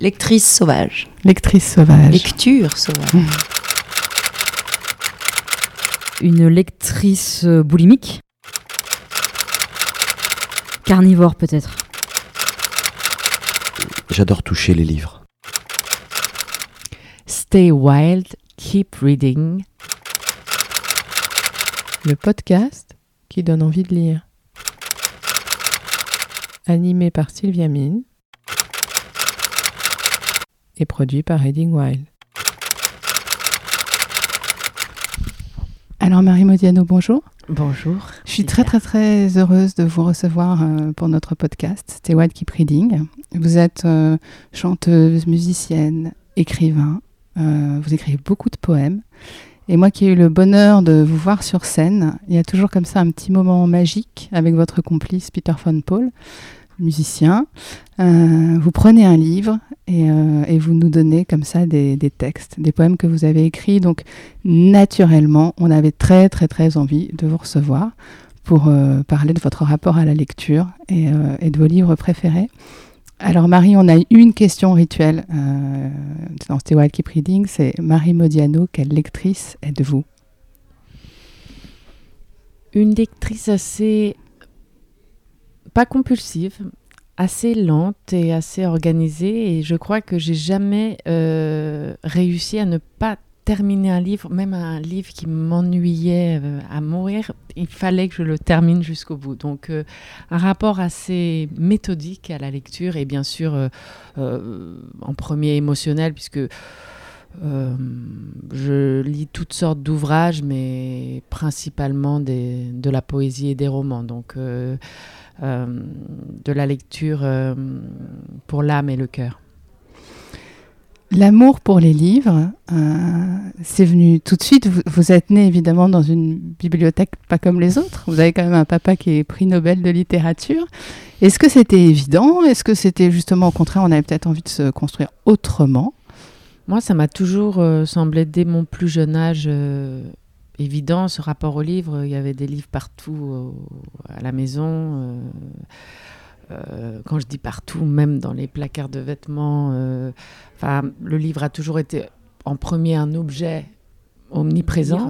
Lectrice sauvage. Lectrice sauvage. Lecture sauvage. Une lectrice boulimique. Carnivore peut-être. J'adore toucher les livres. Stay wild, keep reading. Le podcast qui donne envie de lire. Animé par Sylvia Mine et produit par Reading Wild. Alors Marie Modiano, bonjour. Bonjour. Je suis très heureuse de vous recevoir pour notre podcast Stay Wild Keep Reading. Vous êtes chanteuse, musicienne, écrivain. Vous écrivez beaucoup de poèmes. Et moi qui ai eu le bonheur de vous voir sur scène, il y a toujours comme ça un petit moment magique avec votre complice Peter von Paul, musicien. Vous prenez un livre et vous nous donnez comme ça des textes, des poèmes que vous avez écrits. Donc naturellement, on avait très envie de vous recevoir pour parler de votre rapport à la lecture et de vos livres préférés. Alors Marie, on a une question rituelle dans Stay Wild Keep Reading, c'est Marie Modiano, quelle lectrice êtes-vous ? Une lectrice assez, pas compulsive, assez lente et assez organisée, et je crois que j'ai jamais réussi à ne pas terminer un livre, même un livre qui m'ennuyait à mourir, il fallait que je le termine jusqu'au bout. Donc un rapport assez méthodique à la lecture et bien sûr en premier émotionnel puisque je lis toutes sortes d'ouvrages mais principalement de la poésie et des romans. Donc de la lecture pour l'âme et le cœur. L'amour pour les livres, c'est venu tout de suite. Vous êtes né évidemment dans une bibliothèque pas comme les autres. Vous avez quand même un papa qui est prix Nobel de littérature. Est-ce que c'était évident ? Est-ce que c'était justement au contraire, on avait peut-être envie de se construire autrement ? Moi, ça m'a toujours semblé dès mon plus jeune âge évident, ce rapport aux livres. Il y avait des livres partout à la maison. Quand je dis partout, même dans les placards de vêtements, le livre a toujours été en premier un objet omniprésent.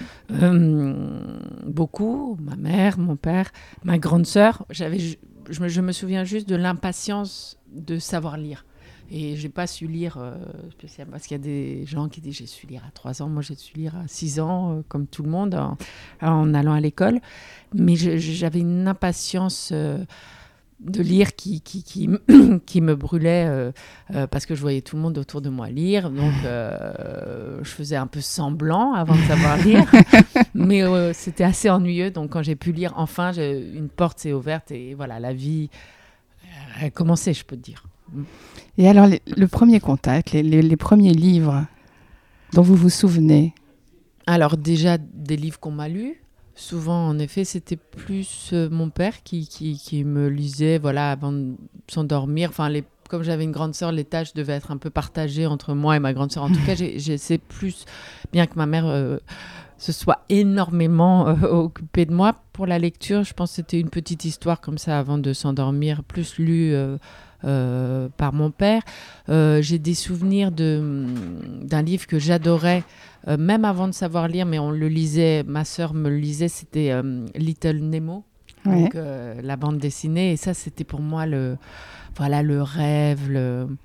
Beaucoup, ma mère, mon père, ma grande sœur. Je me souviens juste de l'impatience de savoir lire. Et je n'ai pas su lire spécialement, parce qu'il y a des gens qui disent j'ai su lire à 3 ans. Moi, j'ai su lire à 6 ans, comme tout le monde, en allant à l'école. Mais j'avais une impatience de lire qui me brûlait parce que je voyais tout le monde autour de moi lire. Donc, je faisais un peu semblant avant de savoir lire. Mais c'était assez ennuyeux. Donc, quand j'ai pu lire, enfin, une porte s'est ouverte et voilà, la vie a commencé, je peux te dire. Et alors, le premier contact, les premiers livres dont vous vous souvenez ? Alors déjà, des livres qu'on m'a lus. Souvent, en effet, c'était plus mon père qui me lisait avant de s'endormir. Enfin, comme j'avais une grande sœur, les tâches devaient être un peu partagées entre moi et ma grande sœur. En tout cas, j'essaie plus, bien que ma mère se soit énormément occupée de moi. Pour la lecture, je pense que c'était une petite histoire comme ça avant de s'endormir, plus lue par mon père. J'ai des souvenirs d'un livre que j'adorais, même avant de savoir lire, mais on le lisait, ma sœur me le lisait, c'était Little Nemo, ouais. Donc, la bande dessinée, et ça c'était pour moi le rêve,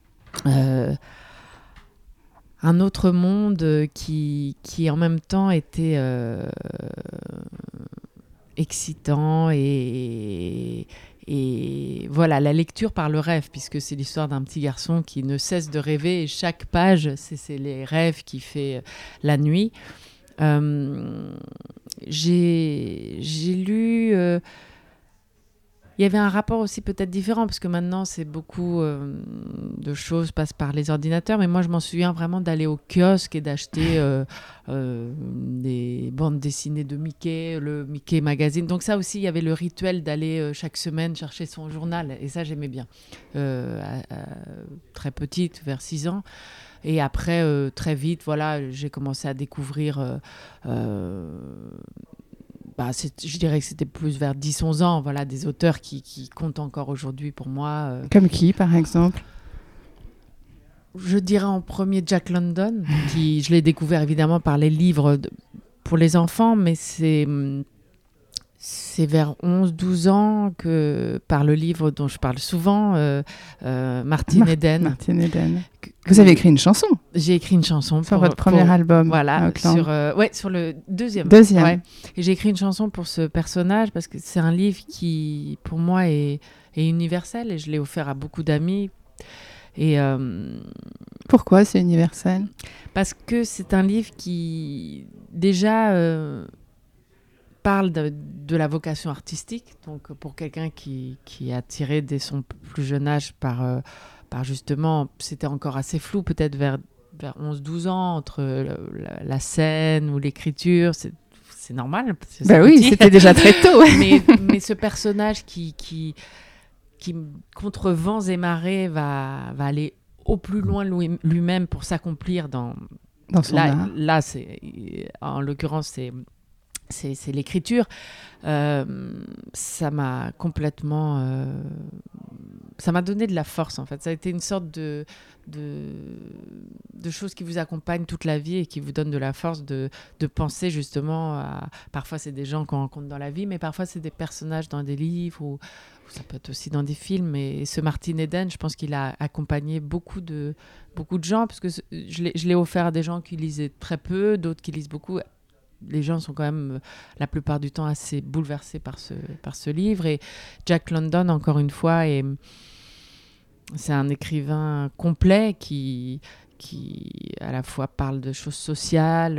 un autre monde qui en même temps était excitant et voilà, la lecture par le rêve, puisque c'est l'histoire d'un petit garçon qui ne cesse de rêver et chaque page, c'est les rêves qui fait la nuit. J'ai lu... il y avait un rapport aussi peut-être différent, parce que maintenant, c'est beaucoup de choses passent par les ordinateurs, mais moi, je m'en souviens vraiment d'aller au kiosque et d'acheter des bandes dessinées de Mickey, le Mickey Magazine. Donc ça aussi, il y avait le rituel d'aller chaque semaine chercher son journal, et ça, j'aimais bien. Très petite, vers 6 ans. Et après, très vite, j'ai commencé à découvrir... je dirais que c'était plus vers 10-11 ans, des auteurs qui comptent encore aujourd'hui pour moi. Comme qui, par exemple ? Je dirais en premier Jack London, je l'ai découvert évidemment par les livres pour les enfants, mais c'est vers 11-12 ans que, par le livre dont je parle souvent, Martin Eden. Martin Eden. Vous avez écrit une chanson. J'ai écrit une chanson sur votre premier album. Voilà, sur le deuxième. Ouais. Et j'ai écrit une chanson pour ce personnage parce que c'est un livre qui, pour moi, est universel et je l'ai offert à beaucoup d'amis. Et pourquoi c'est universel ? Parce que c'est un livre qui, déjà, parle de la vocation artistique. Donc, pour quelqu'un qui est attiré dès son plus jeune âge par justement, c'était encore assez flou, peut-être vers 11-12 ans, entre la scène ou l'écriture, c'est normal. Oui, c'était déjà très tôt. mais ce personnage qui contre vents et marées, va aller au plus loin lui-même pour s'accomplir dans son art. Là, en l'occurrence, c'est l'écriture. Ça m'a complètement... ça m'a donné de la force, en fait. Ça a été une sorte de choses qui vous accompagnent toute la vie et qui vous donnent de la force de penser justement à... Parfois, c'est des gens qu'on rencontre dans la vie, mais parfois, c'est des personnages dans des livres ou ça peut être aussi dans des films. Et ce Martin Eden, je pense qu'il a accompagné beaucoup de gens, parce que je l'ai offert à des gens qui lisaient très peu, d'autres qui lisent beaucoup. Les gens sont quand même, la plupart du temps, assez bouleversés par ce livre. Et Jack London, encore une fois, c'est un écrivain complet qui à la fois parle de choses sociales,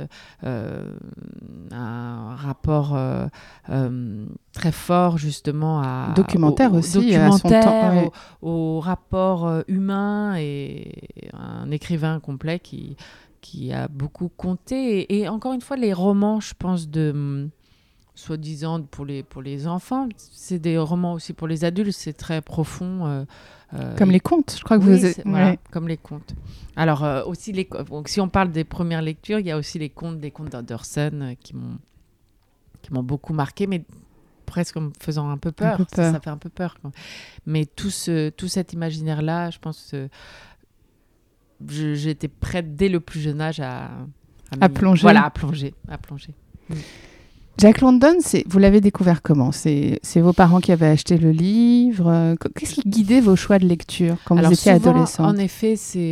un rapport très fort justement documentaire aussi, à son temps, ouais. au rapport humain, et un écrivain complet qui a beaucoup compté. Et encore une fois, les romans, je pense, soi-disant pour les enfants, c'est des romans aussi pour les adultes, c'est très profond. Comme les contes, je crois que oui, vous êtes... voilà, comme les contes. Alors, aussi, donc, si on parle des premières lectures, il y a aussi des contes d'Andersen qui m'ont beaucoup marqué, mais presque en me faisant un peu peur. Ça fait un peu peur. Mais tout cet imaginaire-là, je pense que j'étais prête dès le plus jeune âge à plonger. Voilà, à plonger. Jack London, vous l'avez découvert comment ? C'est vos parents qui avaient acheté le livre ? Qu'est-ce qui guidait vos choix de lecture quand vous étiez adolescente ? En effet,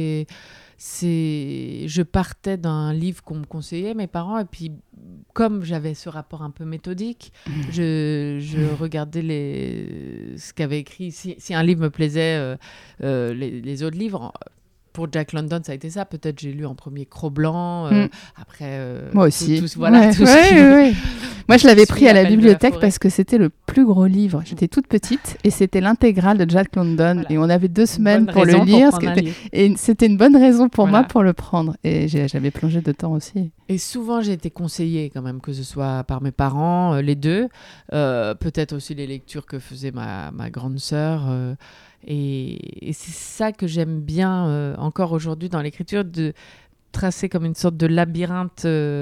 je partais d'un livre qu'on me conseillait, mes parents, et puis comme j'avais ce rapport un peu méthodique, je regardais ce qu'avait écrit. Si un livre me plaisait, les autres livres... Pour Jack London, ça a été ça. Peut-être j'ai lu en premier Cro-Blanc. Après, moi aussi. Moi, je l'avais pris à la bibliothèque parce que c'était le plus gros livre. J'étais toute petite et c'était l'intégrale de Jack London. Voilà. Et on avait 2 semaines pour le lire. Et c'était une bonne raison pour moi pour le prendre. Et j'avais plongé dedans aussi. Et souvent, j'ai été conseillée quand même, que ce soit par mes parents, les deux. Peut-être aussi les lectures que faisait ma grande sœur. Et c'est ça que j'aime bien encore aujourd'hui dans l'écriture, de tracer comme une sorte de labyrinthe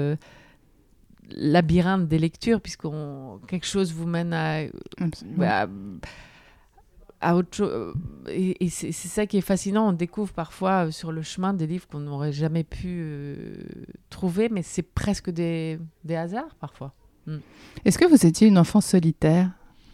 des lectures, quelque chose vous mène à autre chose. Et c'est ça qui est fascinant. On découvre parfois sur le chemin des livres qu'on n'aurait jamais pu trouver, mais c'est presque des hasards parfois. Est-ce que vous étiez une enfant solitaire ?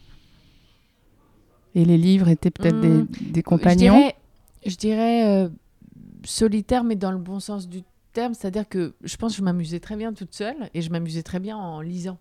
Et les livres étaient peut-être des compagnons ? Je dirais solitaire, mais dans le bon sens du terme. C'est-à-dire que je pense que je m'amusais très bien toute seule et je m'amusais très bien en lisant.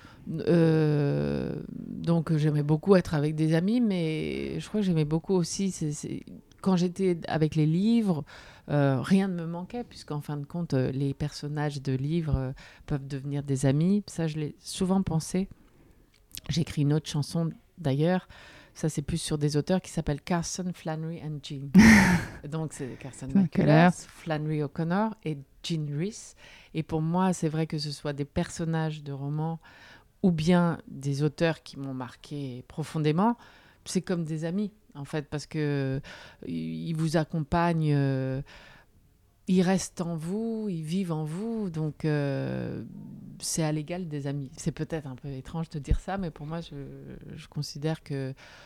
Donc j'aimais beaucoup être avec des amis, mais je crois que j'aimais beaucoup aussi... Quand j'étais avec les livres, rien ne me manquait, puisqu'en fin de compte, les personnages de livres peuvent devenir des amis. Ça, je l'ai souvent pensé. J'ai écrit une autre chanson, d'ailleurs. Ça, c'est plus sur des auteurs qui s'appellent Carson, Flannery and Jean. Donc, c'est Carson McCullers, Flannery O'Connor et Jean Rhys. Et pour moi, c'est vrai que ce soit des personnages de romans ou bien des auteurs qui m'ont marqué profondément. C'est comme des amis, en fait, parce qu'ils vous accompagnent, ils restent en vous, ils vivent en vous. Donc, c'est à l'égal des amis. C'est peut-être un peu étrange de dire ça, mais pour moi, je considère que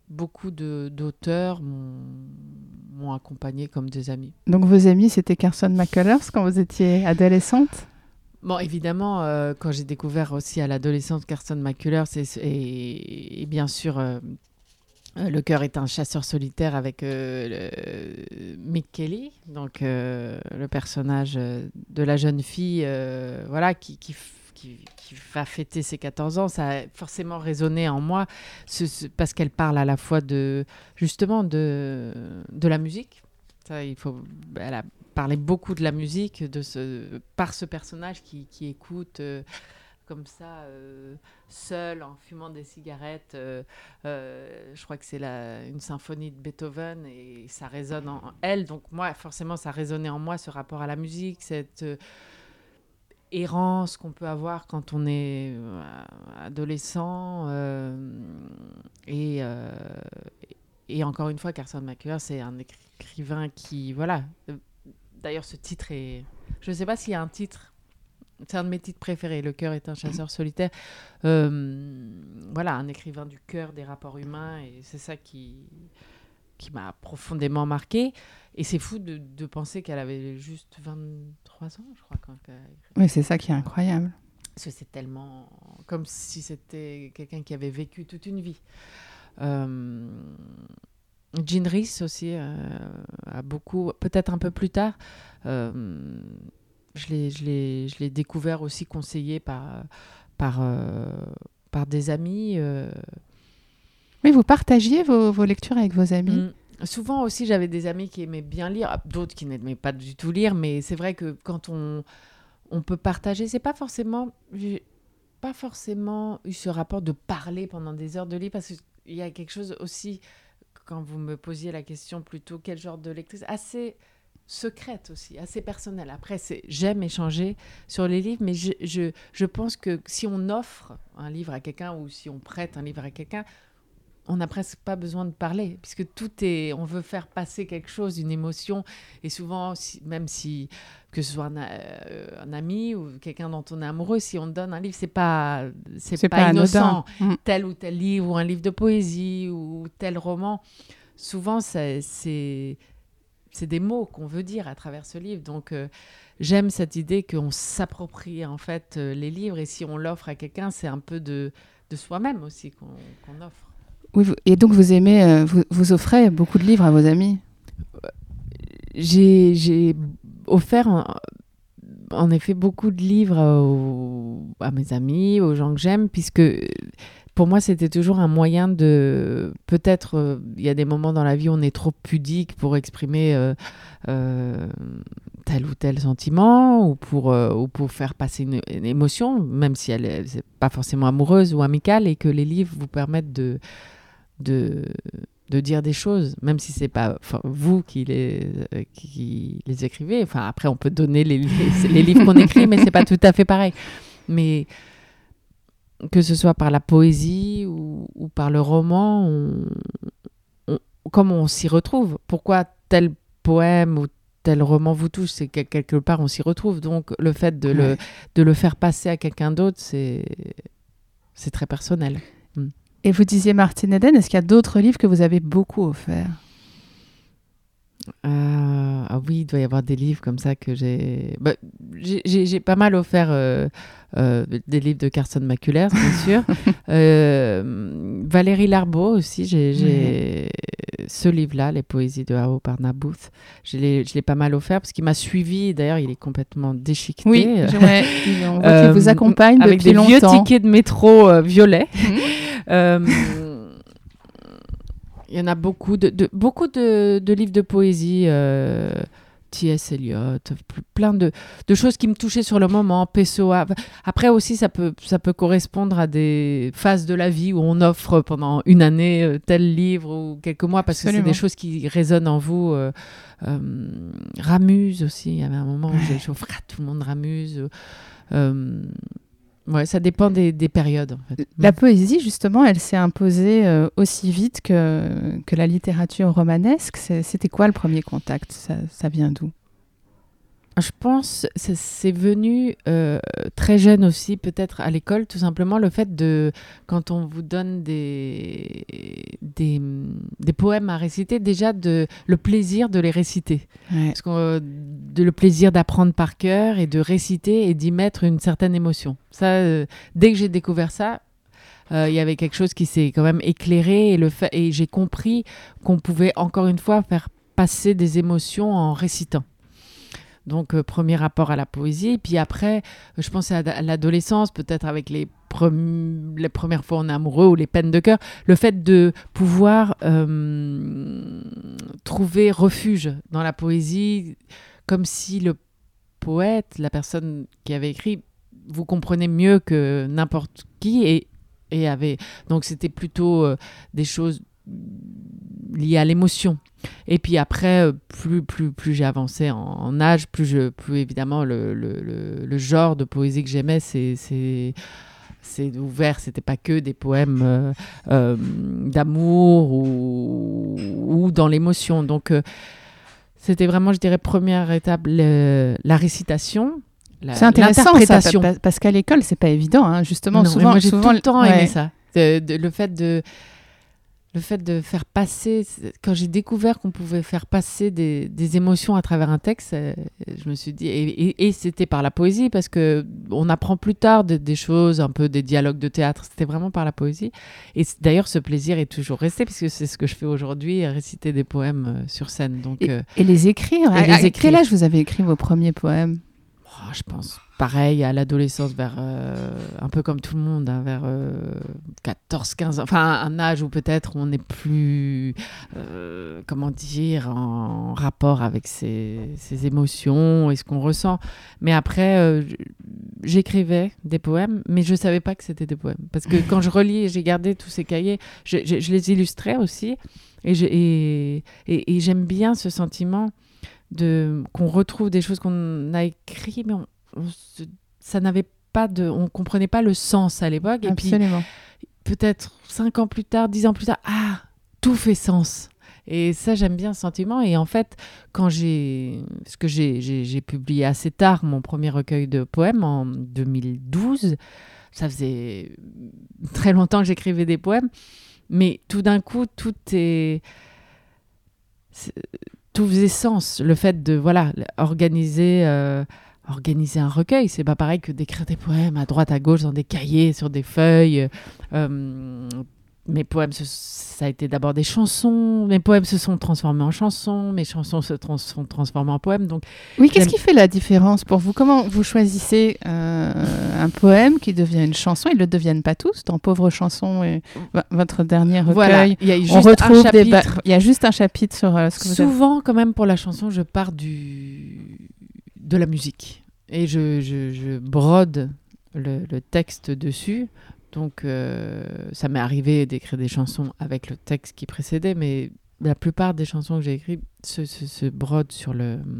beaucoup d'auteurs m'ont accompagnée comme des amis. Donc vos amis, c'était Carson McCullers quand vous étiez adolescente? Bon, évidemment, quand j'ai découvert aussi à l'adolescence Carson McCullers et bien sûr Le cœur est un chasseur solitaire avec Mick Kelly, donc le personnage de la jeune fille voilà, qui va fêter ses 14 ans, ça a forcément résonné en moi parce qu'elle parle à la fois justement de la musique. Ça, elle a parlé beaucoup de la musique par ce personnage qui écoute comme ça, seul, en fumant des cigarettes. Je crois que c'est une symphonie de Beethoven et ça résonne en elle. Donc moi, forcément, ça résonnait en moi, ce rapport à la musique, cette errance qu'on peut avoir quand on est adolescent. Et encore une fois, Carson McCullers, c'est un écrivain qui... Voilà. D'ailleurs, ce titre est... Je ne sais pas s'il y a un titre. C'est un de mes titres préférés. Le cœur est un chasseur solitaire. Voilà, un écrivain du cœur, des rapports humains. Et c'est ça qui m'a profondément marquée. Et c'est fou de penser qu'elle avait juste 23 ans, je crois. Oui, c'est ça qui est incroyable. Parce que c'est tellement... Comme si c'était quelqu'un qui avait vécu toute une vie. Jean Rhys aussi a beaucoup... Peut-être un peu plus tard... Je l'ai découvert aussi conseillé par des amis. Oui, vous partagiez vos lectures avec vos amis. Souvent aussi, j'avais des amis qui aimaient bien lire, d'autres qui n'aimaient pas du tout lire, mais c'est vrai que quand on peut partager, c'est pas forcément... J'ai pas forcément eu ce rapport de parler pendant des heures de livre, parce qu'il y a quelque chose aussi, quand vous me posiez la question plutôt, quel genre de lectrice, assez... secrète aussi, assez personnelle. Après, j'aime échanger sur les livres, mais je pense que si on offre un livre à quelqu'un ou si on prête un livre à quelqu'un, on n'a presque pas besoin de parler, puisque on veut faire passer quelque chose, une émotion, et souvent, même si que ce soit un ami ou quelqu'un dont on est amoureux, si on donne un livre, c'est pas innocent. Tel ou tel livre, ou un livre de poésie, ou tel roman, souvent, c'est des mots qu'on veut dire à travers ce livre. Donc, j'aime cette idée qu'on s'approprie en fait les livres, et si on l'offre à quelqu'un, c'est un peu de soi-même aussi qu'on offre. Oui, et donc vous aimez, vous offrez beaucoup de livres à vos amis? J'ai offert en effet beaucoup de livres à mes amis, aux gens que j'aime, puisque... Pour moi, c'était toujours un moyen de... Peut-être, il y a des moments dans la vie où on est trop pudique pour exprimer tel ou tel sentiment ou pour faire passer une émotion, même si elle n'est pas forcément amoureuse ou amicale, et que les livres vous permettent de dire des choses, même si ce n'est pas vous qui les écrivez. Enfin, après, on peut donner les livres qu'on écrit, mais ce n'est pas tout à fait pareil. Mais... que ce soit par la poésie ou par le roman, comme on s'y retrouve. Pourquoi tel poème ou tel roman vous touche, c'est que quelque part on s'y retrouve. Donc le fait de le faire passer à quelqu'un d'autre, c'est très personnel. Et vous disiez Martine Eden, est-ce qu'il y a d'autres livres que vous avez beaucoup offerts? Ah oui, il doit y avoir des livres comme ça que j'ai... j'ai pas mal offert des livres de Carson McCullers, bien sûr. Valérie Larbaud aussi, j'ai ce livre-là, Les poésies de Hao par Naboth. Je l'ai pas mal offert parce qu'il m'a suivi. D'ailleurs, il est complètement déchiqueté. Oui, on voit qu'il vous accompagne avec depuis longtemps. Avec des vieux tickets de métro violets. Il y en a beaucoup de livres de poésie, T.S. Eliot, plein de choses qui me touchaient sur le moment, Pessoa. Après aussi, ça peut correspondre à des phases de la vie où on offre pendant une année tel livre ou quelques mois, parce que c'est des choses qui résonnent en vous. Ramuse aussi, il y avait un moment où j'ai offert à tout le monde Ramuse. Ouais, ça dépend des périodes, en fait. La poésie, justement, elle s'est imposée aussi vite que la littérature romanesque. C'était quoi le premier contact? Ça vient d'où? Je pense que c'est venu très jeune aussi, peut-être à l'école, tout simplement le fait de, quand on vous donne des poèmes à réciter, déjà le plaisir de les réciter. Ouais. Parce le plaisir d'apprendre par cœur et de réciter et d'y mettre une certaine émotion. Ça, dès que j'ai découvert ça, il y avait quelque chose qui s'est quand même éclairé et j'ai compris qu'on pouvait encore une fois faire passer des émotions en récitant. Donc, premier rapport à la poésie. Puis après, je pense à l'adolescence, peut-être avec les premières fois on est amoureux ou les peines de cœur. Le fait de pouvoir trouver refuge dans la poésie, comme si le poète, la personne qui avait écrit, vous comprenez mieux que n'importe qui et avait... Donc, c'était plutôt des choses liées à l'émotion. Et puis après, plus j'ai avancé en âge, plus évidemment le genre de poésie que j'aimais, c'est ouvert. C'était pas que des poèmes d'amour ou dans l'émotion. Donc c'était vraiment, je dirais, première étape, la récitation. C'est intéressant l'interprétation. Ça, parce qu'à l'école, c'est pas évident, hein, justement. Non, souvent, moi j'ai tout le temps aimé ouais. ça. Le fait de faire passer, quand j'ai découvert qu'on pouvait faire passer des émotions à travers un texte, je me suis dit, et c'était par la poésie, parce qu'on apprend plus tard des choses, un peu des dialogues de théâtre, c'était vraiment par la poésie. Et d'ailleurs, ce plaisir est toujours resté, puisque c'est ce que je fais aujourd'hui, réciter des poèmes sur scène. Donc, et les écrire. À quel âge vous avez écrit vos premiers poèmes ? Je pense pareil à l'adolescence, vers un peu comme tout le monde, hein, vers 14-15 ans, enfin un âge où peut-être on n'est plus comment dire, en rapport avec ses émotions et ce qu'on ressent. Mais après j'écrivais des poèmes, mais je savais pas que c'était des poèmes, parce que quand je relis, j'ai gardé tous ces cahiers, je les illustrais aussi, et j'aime bien ce sentiment qu'on retrouve des choses qu'on a écrites, mais ça n'avait pas on comprenait pas le sens à l'époque. Absolument. Et puis peut-être 5 ans plus tard, 10 ans plus tard, tout fait sens. Et ça, j'aime bien ce sentiment. Et en fait, parce que j'ai publié assez tard mon premier recueil de poèmes en 2012, ça faisait très longtemps que j'écrivais des poèmes, mais tout d'un coup, tout faisait sens. Le fait de organiser un recueil, c'est pas pareil que d'écrire des poèmes à droite à gauche dans des cahiers, sur des feuilles. Mes poèmes, ça a été d'abord des chansons. Mes poèmes se sont transformés en chansons. Mes chansons se sont transformées en poèmes. Donc, oui, qu'est-ce qui fait la différence pour vous ? Comment vous choisissez un poème qui devient une chanson ? Ils ne le deviennent pas tous. Dans Pauvre chanson et votre dernier recueil, voilà, il y a juste on retrouve il y a juste un chapitre sur ce que vous avez... Souvent, quand même, pour la chanson, je pars de la musique. Et je brode le texte dessus. Donc, ça m'est arrivé d'écrire des chansons avec le texte qui précédait, mais la plupart des chansons que j'ai écrites se brodent sur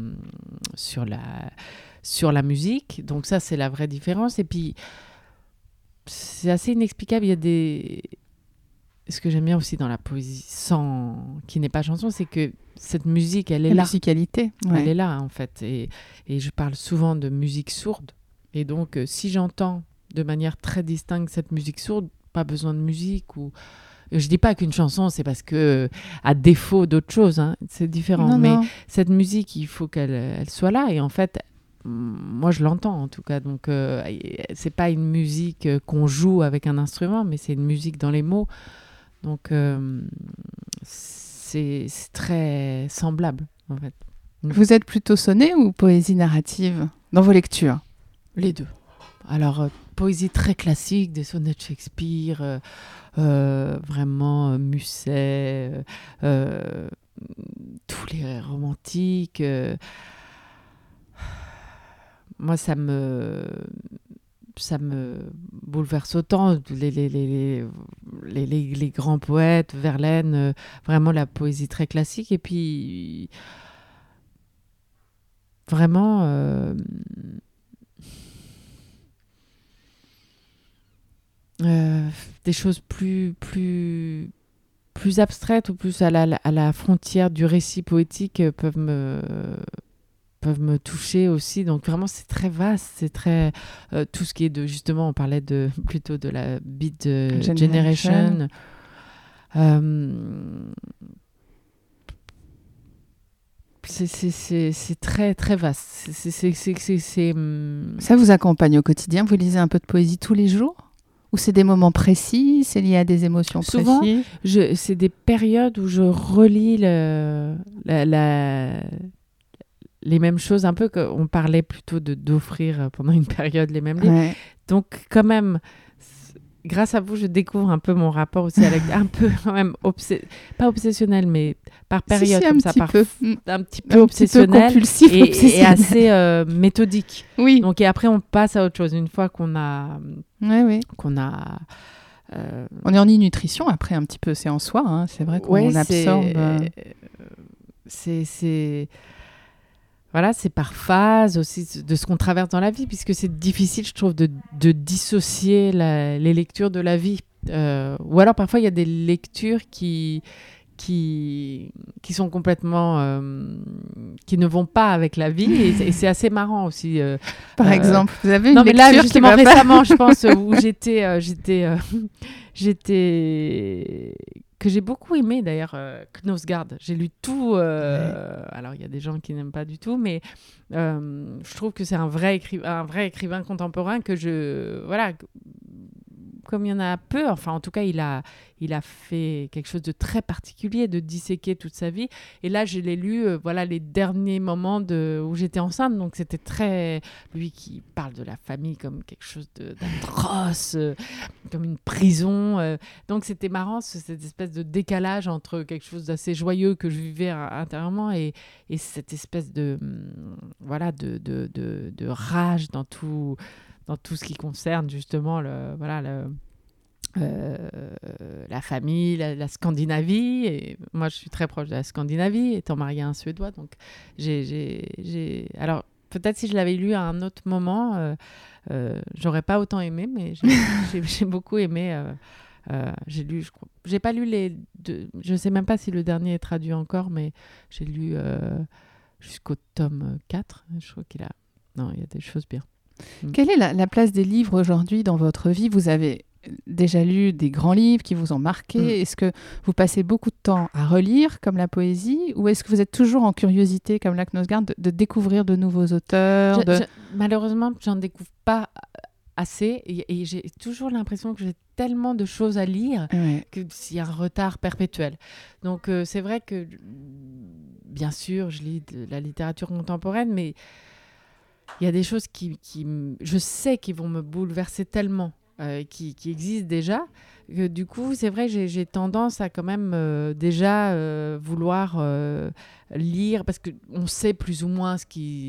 la musique. Donc ça, c'est la vraie différence. Et puis, c'est assez inexplicable. Il y a ce que j'aime bien aussi dans la poésie qui n'est pas chanson, c'est que cette musique, elle est là. La musicalité. Ouais. Elle est là, en fait. Et je parle souvent de musique sourde. Et donc, si j'entends de manière très distincte cette musique sourde, pas besoin de musique. Je dis pas qu'une chanson, c'est parce que, à défaut d'autre chose, hein, c'est différent. Non. Cette musique, il faut qu'elle soit là. Et en fait, moi, je l'entends, en tout cas. Donc, c'est pas une musique qu'on joue avec un instrument, mais c'est une musique dans les mots. Donc, c'est très semblable, en fait. Vous êtes plutôt sonnet ou poésie narrative dans vos lectures ? Les deux. Alors, poésie très classique, des sonnets de Shakespeare, vraiment Musset, tous les romantiques. Moi, ça me bouleverse autant. Les grands poètes, Verlaine, vraiment la poésie très classique. Et puis, vraiment... des choses plus abstraites ou plus à la frontière du récit poétique peuvent me peuvent me toucher aussi. Donc vraiment, c'est très vaste. C'est très tout ce qui est justement, on parlait plutôt de la Beat Generation. C'est très très vaste. Ça vous accompagne au quotidien? Vous lisez un peu de poésie tous les jours? Ou c'est des moments précis? C'est lié à des émotions souvent, précises? C'est des périodes où je relis les mêmes choses, un peu qu'on parlait plutôt d'offrir pendant une période les mêmes livres. Ouais. Donc quand même, grâce à vous, je découvre un peu mon rapport aussi avec un peu quand même pas obsessionnel, mais par période Si, comme un ça, petit peu peu obsessionnel, compulsif, et obsessionnel. assez méthodique. Oui. Donc et après on passe à autre chose une fois qu'on a On est en nutrition après un petit peu, c'est en soi, hein. C'est vrai qu'on absorbe. Voilà, c'est par phase aussi de ce qu'on traverse dans la vie, puisque c'est difficile, je trouve, de dissocier les lectures de la vie. Ou alors parfois il y a des lectures qui sont complètement qui ne vont pas avec la vie, et c'est assez marrant aussi. Par exemple, vous avez une non, mais lecture là justement qui va récemment, je pense, où que j'ai beaucoup aimé d'ailleurs, Knausgaard. J'ai lu tout. Alors il y a des gens qui n'aiment pas du tout, mais je trouve que c'est un vrai écrivain contemporain comme il y en a peu, enfin en tout cas il a fait quelque chose de très particulier, de disséquer toute sa vie. Et là je l'ai lu, les derniers moments où j'étais enceinte, donc c'était très... Lui qui parle de la famille comme quelque chose d'atroce, comme une prison. Donc c'était marrant, cette espèce de décalage entre quelque chose d'assez joyeux que je vivais intérieurement et cette espèce de rage dans tout ce qui concerne justement la famille, la Scandinavie. Et moi, je suis très proche de la Scandinavie, étant mariée à un Suédois. Donc, alors, peut-être si je l'avais lu à un autre moment, j'aurais pas autant aimé, mais j'ai beaucoup aimé. J'ai lu, je crois. J'ai pas lu les deux. Je sais même pas si le dernier est traduit encore, mais j'ai lu jusqu'au tome 4. Je crois qu'il y a des choses bien. Quelle est la place des livres aujourd'hui dans votre vie? Vous avez déjà lu des grands livres qui vous ont marqué. Est-ce que vous passez beaucoup de temps à relire comme la poésie, ou est-ce que vous êtes toujours en curiosité comme la Knausgaard de découvrir de nouveaux auteurs? Malheureusement, j'en découvre pas assez, et j'ai toujours l'impression que j'ai tellement de choses à lire qu'il y a un retard perpétuel. Donc c'est vrai que bien sûr je lis de la littérature contemporaine, mais il y a des choses je sais qui vont me bouleverser tellement, qui existent déjà, que du coup, c'est vrai, j'ai tendance à quand même déjà vouloir lire, parce qu'on sait plus ou moins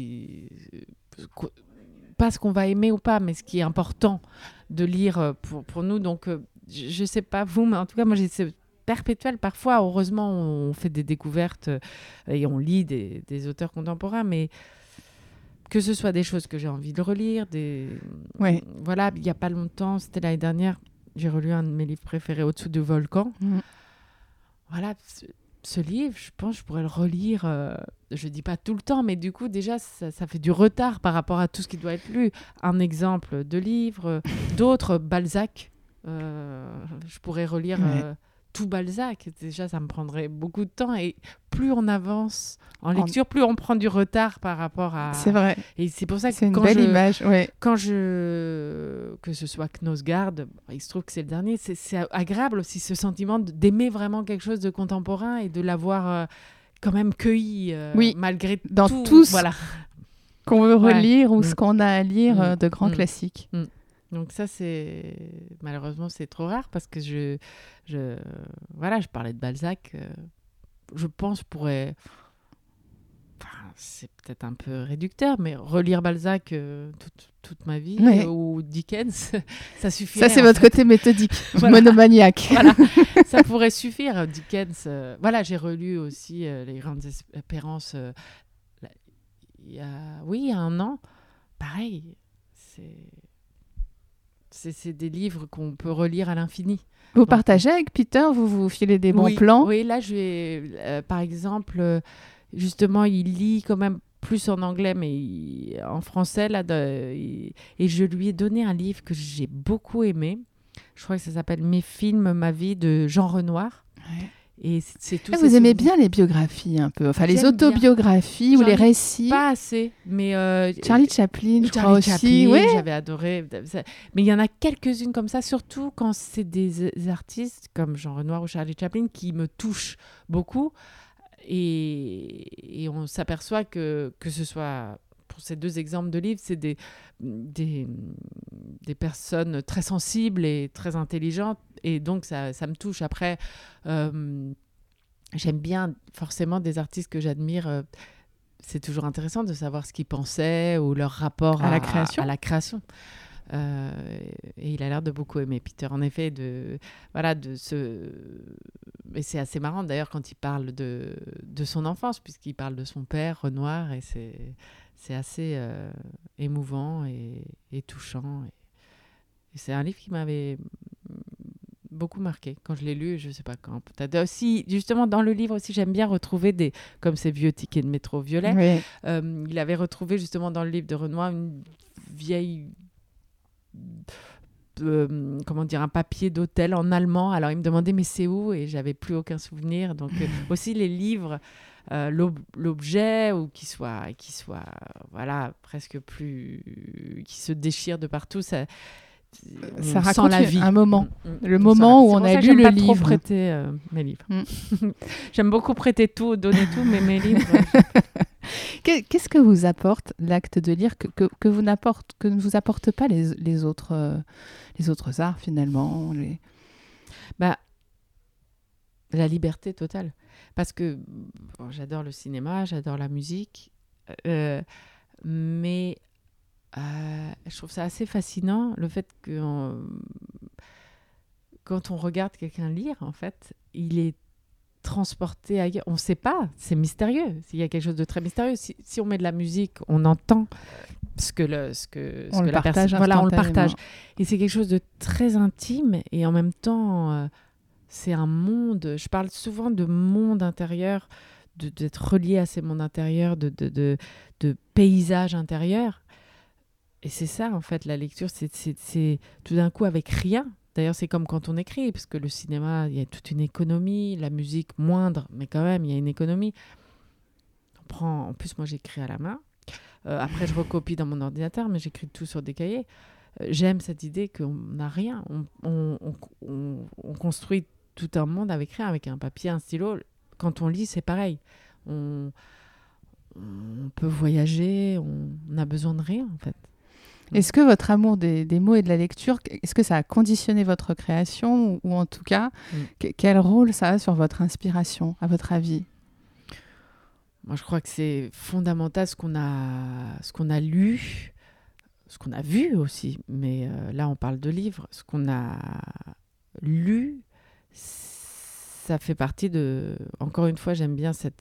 pas ce qu'on va aimer ou pas, mais ce qui est important de lire pour nous. Donc, je ne sais pas vous, mais en tout cas, moi, j'ai perpétuel. Parfois, heureusement, on fait des découvertes et on lit des auteurs contemporains, mais que ce soit des choses que j'ai envie de relire, voilà, il n'y a pas longtemps, c'était l'année dernière, j'ai relu un de mes livres préférés, Au-dessous du volcan. Voilà, ce livre, je pense que je pourrais le relire, je ne dis pas tout le temps, mais du coup, déjà, ça fait du retard par rapport à tout ce qui doit être lu. Un exemple de livre, d'autres, Balzac. Je pourrais relire tout Balzac. Déjà, ça me prendrait beaucoup de temps, et plus on avance en lecture, plus on prend du retard par rapport à... C'est vrai. Et c'est pour ça que c'est une belle image, que ce soit Knausgaard, il se trouve que c'est le dernier, c'est agréable aussi ce sentiment d'aimer vraiment quelque chose de contemporain et de l'avoir quand même cueilli malgré dans tout ce qu'on veut relire ou ce qu'on a à lire de grands classiques. Donc ça, malheureusement, c'est trop rare, parce que je parlais de Balzac, je pense pourrais... c'est peut-être un peu réducteur, mais relire Balzac toute ma vie, ou Dickens, ça suffirait. Ça, c'est votre côté méthodique, monomaniaque. Voilà, ça pourrait suffire. Dickens, j'ai relu aussi Les Grandes Espérances il y a un an. Pareil, c'est des livres qu'on peut relire à l'infini. Vous partagez avec Peter, vous filez des bons plans? Oui, là, par exemple, justement, il lit quand même plus en anglais, mais en français. Et je lui ai donné un livre que j'ai beaucoup aimé. Je crois que ça s'appelle « Mes films, ma vie » de Jean Renoir. Ouais. Et c'est tout. Vous aimez bien les biographies un peu, enfin les J'aime autobiographies ou les récits. Pas assez, mais Charlie Chaplin, je crois Charlie aussi. Chaplin, Oui. j'avais adoré. Mais il y en a quelques-unes comme ça, surtout quand c'est des artistes comme Jean Renoir ou Charlie Chaplin qui me touchent beaucoup. Et on s'aperçoit que ce soit pour ces 2 exemples de livres, c'est des personnes très sensibles et très intelligentes. Et donc, ça me touche. Après, j'aime bien forcément des artistes que j'admire. C'est toujours intéressant de savoir ce qu'ils pensaient ou leur rapport à la création. Et il a l'air de beaucoup aimer Peter, en effet. Et c'est assez marrant d'ailleurs quand il parle de son enfance, puisqu'il parle de son père, Renoir, et c'est assez émouvant et touchant. Et c'est un livre qui m'avait beaucoup marqué quand je l'ai lu, je sais pas quand. Peut-être aussi, justement, dans le livre aussi, j'aime bien retrouver comme ces vieux tickets de métro violets. Oui. Il avait retrouvé justement dans le livre de Renoir une vieille un papier d'hôtel en allemand. Alors il me demandait mais c'est où, et j'avais plus aucun souvenir. Donc aussi les livres, l'objet, ou qui soit voilà, presque plus, qui se déchire de partout, ça raconte la vie. Un moment, le moment où on a lu le livre. Trop prêter mes livres. J'aime beaucoup prêter tout, donner tout, mais mes livres. Qu'est-ce que vous apporte l'acte de lire que ne vous apportent pas les autres arts finalement La liberté totale. Parce que j'adore le cinéma, j'adore la musique, mais je trouve ça assez fascinant, le fait que quand on regarde quelqu'un lire, en fait, il est transporté ailleurs. On ne sait pas, c'est mystérieux. Il y a quelque chose de très mystérieux. Si on met de la musique, on entend ce que la personne... Voilà, on le partage. Et c'est quelque chose de très intime, et en même temps, c'est un monde... Je parle souvent de monde intérieur, d'être relié à ces mondes intérieurs, de paysage intérieur. Et c'est ça, en fait, la lecture, c'est tout d'un coup avec rien. D'ailleurs, c'est comme quand on écrit, parce que le cinéma, il y a toute une économie, la musique moindre, mais quand même, il y a une économie. En plus, moi, j'écris à la main. Après, je recopie dans mon ordinateur, mais j'écris tout sur des cahiers. J'aime cette idée qu'on n'a rien. On construit tout un monde avec rien, avec un papier, un stylo. Quand on lit, c'est pareil. On peut voyager, on a besoin de rien, en fait. Est-ce que votre amour des mots et de la lecture, est-ce que ça a conditionné votre création, ou en tout cas, quel rôle ça a sur votre inspiration, à votre avis ? Moi, je crois que c'est fondamental ce qu'on a lu, ce qu'on a vu aussi. Mais là, on parle de livres. Ce qu'on a lu, ça fait partie de... Encore une fois, j'aime bien cette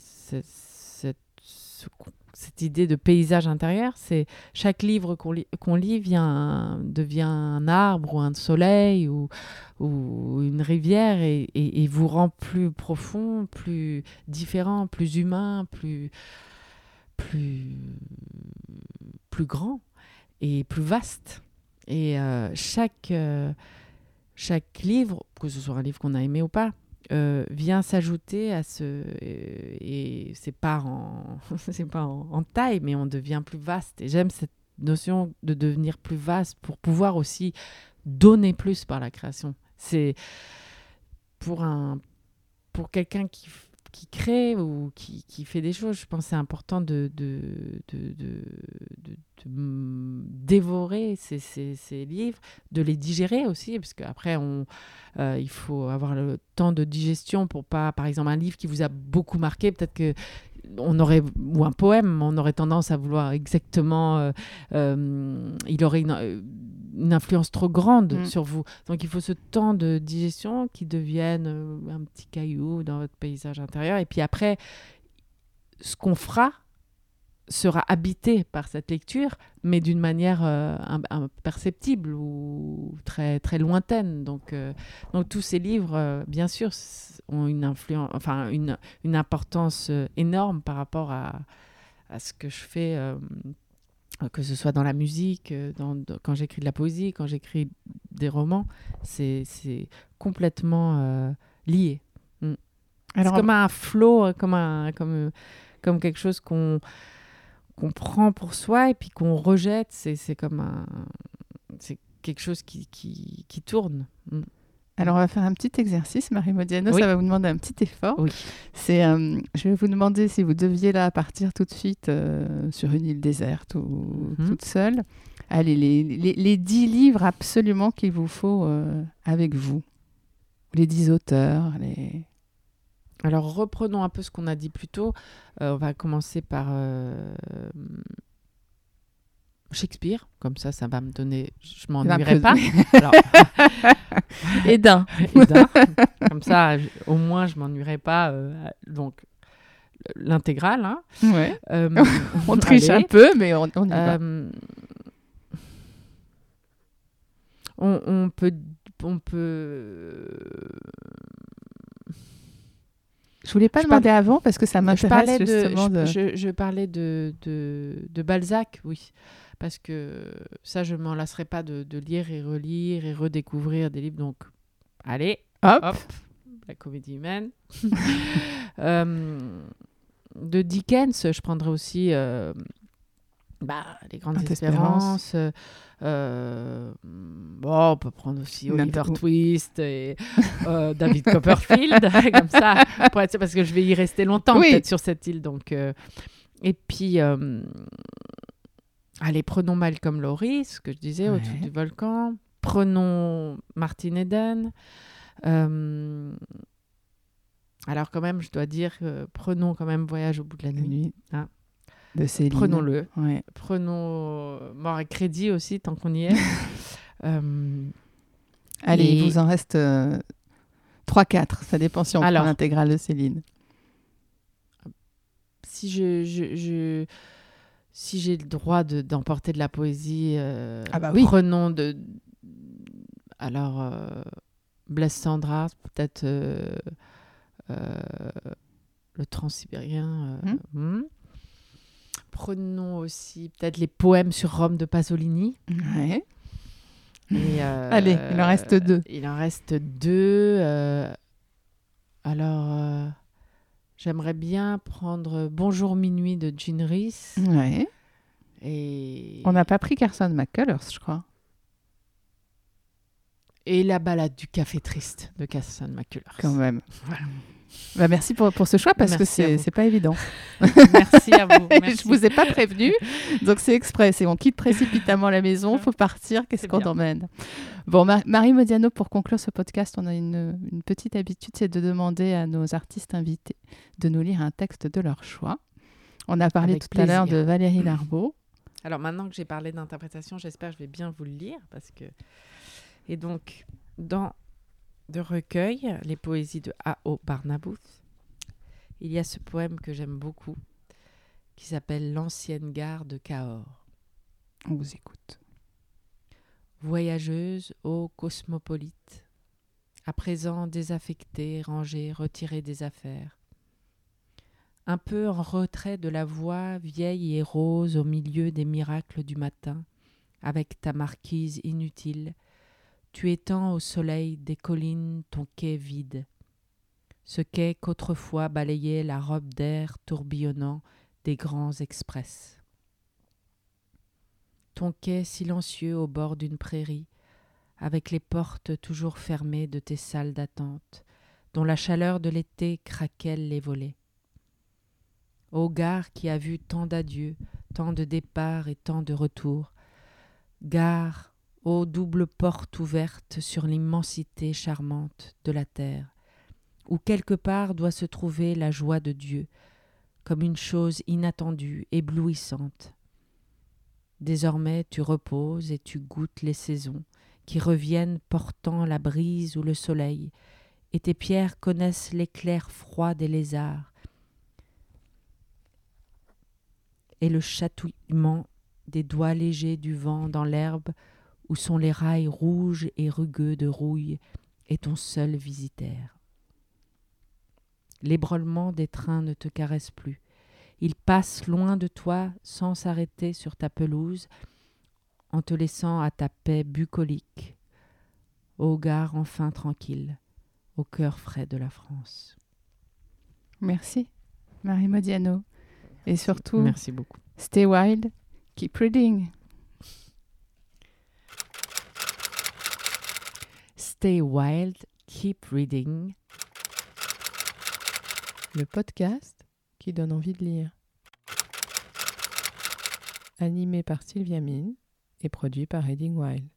idée de paysage intérieur. C'est chaque livre qu'on lit devient un arbre ou un soleil ou une rivière, et vous rend plus profond, plus différent, plus humain, plus grand et plus vaste. Et chaque livre, que ce soit un livre qu'on a aimé ou pas, vient s'ajouter à et c'est pas en taille, mais on devient plus vaste. Et j'aime cette notion de devenir plus vaste pour pouvoir aussi donner plus par la création. C'est pour quelqu'un qui crée ou qui fait des choses, je pense que c'est important de dévorer ces livres, de les digérer aussi, parce qu'après il faut avoir le temps de digestion pour pas, par exemple, un livre qui vous a beaucoup marqué, peut-être que ou un poème, on aurait tendance à vouloir exactement, il aurait une influence trop grande sur vous. Donc il faut ce temps de digestion qui devienne un petit caillou dans votre paysage intérieur. Et puis après, ce qu'on fera sera habité par cette lecture, mais d'une manière imperceptible ou très, très lointaine. Donc tous ces livres, bien sûr, ont une influence, enfin une importance énorme par rapport à à ce que je fais, que ce soit dans la musique, quand j'écris de la poésie, quand j'écris des romans, c'est complètement lié. Alors, C'est comme un flow, comme quelque chose qu'on prend pour soi et puis qu'on rejette. C'est quelque chose qui tourne. Alors, on va faire un petit exercice, Marie Modiano. Oui. Ça va vous demander un petit effort. Oui. Je vais vous demander si vous deviez là partir tout de suite sur une île déserte ou toute seule. Allez, les 10 livres absolument qu'il vous faut avec vous. Les 10 auteurs. Alors, reprenons un peu ce qu'on a dit plus tôt. On va commencer par Shakespeare. Comme ça va me donner... Je m'ennuierai pas. Alors, Edin. Comme ça, au moins, je m'ennuierai pas. Donc, l'intégrale. Hein. Ouais. On triche un peu, mais on y va. On peut... Je voulais pas demander avant parce que ça m'intéresse justement Je parlais de Balzac, oui. Parce que ça, je ne m'en lasserai pas de lire et relire et redécouvrir des livres. Donc, allez, hop, la comédie humaine. De Dickens, je prendrai aussi Les Grandes Espérances. On peut prendre aussi Oliver Twist et David Copperfield, comme ça, parce que je vais y rester longtemps peut-être sur cette île. Donc, et puis, allez, prenons Malcolm Lowry, ce que je disais, au-dessus du volcan. Prenons Martin Eden. Alors quand même, je dois dire, prenons quand même Voyage au bout de la nuit. Hein. De Céline. Prenons-le. Ouais. Prenons Mort et Crédit aussi, tant qu'on y est. Allez, il vous en reste 3-4. Ça dépend si on prend l'intégrale de Céline. Si j'ai le droit d'emporter de la poésie, prenons Blaise Cendrars, peut-être le Transsibérien. Prenons aussi peut-être les poèmes sur Rome de Pasolini. Ouais. Et, allez, il en reste 2. Il en reste 2. J'aimerais bien prendre Bonjour minuit de Jean Rhys. Ouais. Et... On n'a pas pris Carson McCullers, je crois. Et La balade du café triste de Carson McCullers. Quand même. Voilà. Merci pour ce choix parce que c'est pas évident. Merci à vous. Merci. Je vous ai pas prévenu, donc c'est exprès. On quitte précipitamment la maison, il faut partir. Qu'est-ce qu'on emmène ? Bon, Marie Modiano, pour conclure ce podcast, on a une petite habitude, c'est de demander à nos artistes invités de nous lire un texte de leur choix. On a parlé tout à l'heure de Valérie Larbaud. Alors maintenant que j'ai parlé d'interprétation, j'espère que je vais bien vous le lire Et donc, dans de recueil, les poésies de A.O. Barnabas, il y a ce poème que j'aime beaucoup, qui s'appelle L'ancienne gare de Cahors. On vous écoute. Voyageuse, ô cosmopolite, à présent désaffectée, rangée, retirée des affaires. Un peu en retrait de la voie vieille et rose au milieu des miracles du matin, avec ta marquise inutile, tu étends au soleil des collines ton quai vide. Ce quai qu'autrefois balayait la robe d'air tourbillonnant des grands express. Ton quai silencieux au bord d'une prairie, avec les portes toujours fermées de tes salles d'attente, dont la chaleur de l'été craquelle les volets. Ô gare qui a vu tant d'adieux, tant de départs et tant de retours, gare, ô double porte ouverte sur l'immensité charmante de la terre, où quelque part doit se trouver la joie de Dieu, comme une chose inattendue, éblouissante. Désormais tu reposes et tu goûtes les saisons, qui reviennent portant la brise ou le soleil, et tes pierres connaissent l'éclair froid des lézards, et le chatouillement des doigts légers du vent dans l'herbe, où sont les rails rouges et rugueux de rouille, et ton seul visitaire. L'ébranlement des trains ne te caresse plus, Il passe loin de toi sans s'arrêter sur ta pelouse, en te laissant à ta paix bucolique, ô gare enfin tranquille, au cœur frais de la France. Merci, Marie Modiano. Et surtout, Merci beaucoup. stay wild, keep reading. Stay wild, keep reading. Le podcast qui donne envie de lire. Animé par Sylvia Mine et produit par Reading Wild.